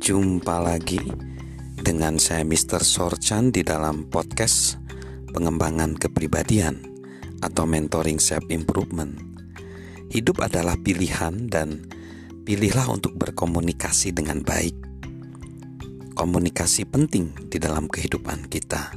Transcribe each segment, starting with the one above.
Jumpa lagi dengan saya Mr. Sorchan di dalam podcast pengembangan kepribadian atau mentoring self improvement. Hidup adalah pilihan dan pilihlah untuk berkomunikasi dengan baik. Komunikasi penting di dalam kehidupan kita.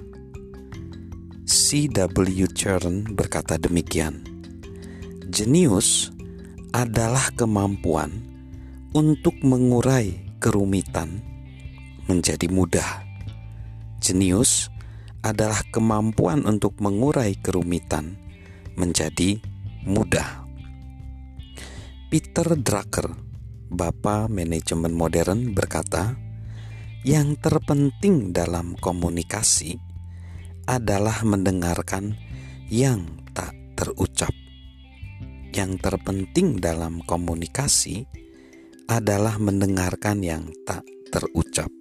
C.W. Chern berkata demikian, jenius adalah kemampuan untuk mengurai kerumitan menjadi mudah. Jenius adalah kemampuan untuk mengurai kerumitan menjadi mudah. Peter Drucker, Bapa manajemen modern, berkata, yang terpenting dalam komunikasi adalah mendengarkan yang tak terucap. Yang terpenting dalam komunikasi adalah mendengarkan yang tak terucap.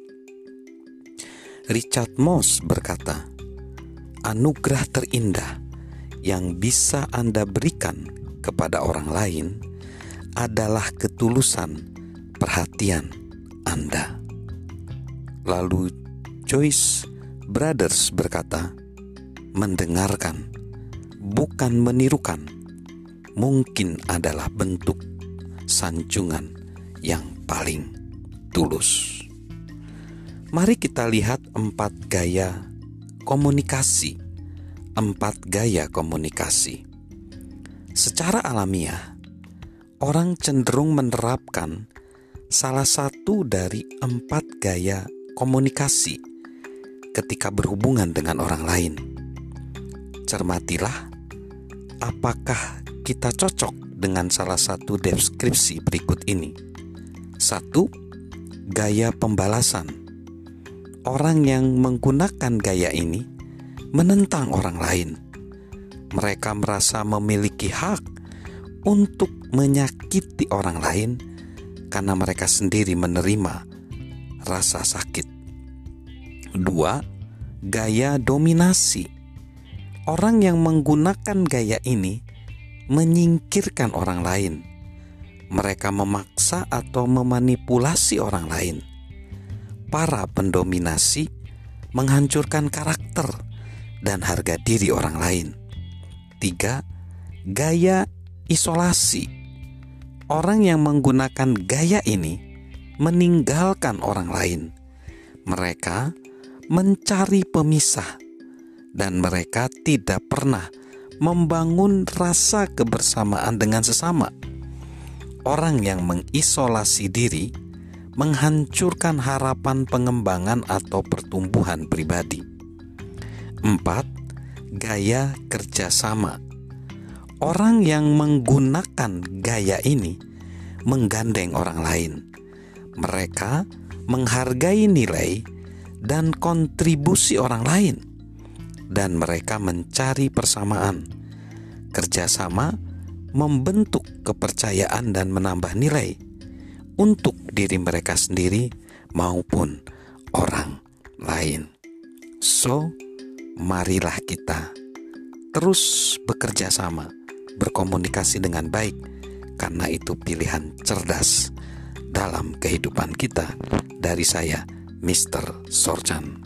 Richard Moss berkata, anugerah terindah yang bisa Anda berikan kepada orang lain adalah ketulusan perhatian Anda. Lalu Joyce Brothers berkata, mendengarkan, bukan menirukan, mungkin adalah bentuk sanjungan yang paling tulus. Mari kita lihat 4 gaya komunikasi. 4 gaya komunikasi. Secara alamiah, orang cenderung menerapkan salah satu dari 4 gaya komunikasi ketika berhubungan dengan orang lain. Cermatilah, apakah kita cocok dengan salah satu deskripsi berikut ini. 1. Gaya pembalasan. Orang yang menggunakan gaya ini menentang orang lain. Mereka merasa memiliki hak untuk menyakiti orang lain karena mereka sendiri menerima rasa sakit. 2. Gaya dominasi. Orang yang menggunakan gaya ini menyingkirkan orang lain. Mereka memaksa atau memanipulasi orang lain. Para pendominasi menghancurkan karakter dan harga diri orang lain. 3. Gaya isolasi. Orang yang menggunakan gaya ini meninggalkan orang lain. Mereka mencari pemisah dan mereka tidak pernah membangun rasa kebersamaan dengan sesama. Orang yang mengisolasi diri menghancurkan harapan pengembangan atau pertumbuhan pribadi. 4. Gaya kerjasama. Orang yang menggunakan gaya ini menggandeng orang lain. Mereka menghargai nilai dan kontribusi orang lain, dan mereka mencari persamaan. Kerjasama membentuk kepercayaan dan menambah nilai untuk diri mereka sendiri maupun orang lain. So, marilah kita terus bekerja sama, berkomunikasi dengan baik, karena itu pilihan cerdas dalam kehidupan kita. Dari saya, Mr. Sorchan.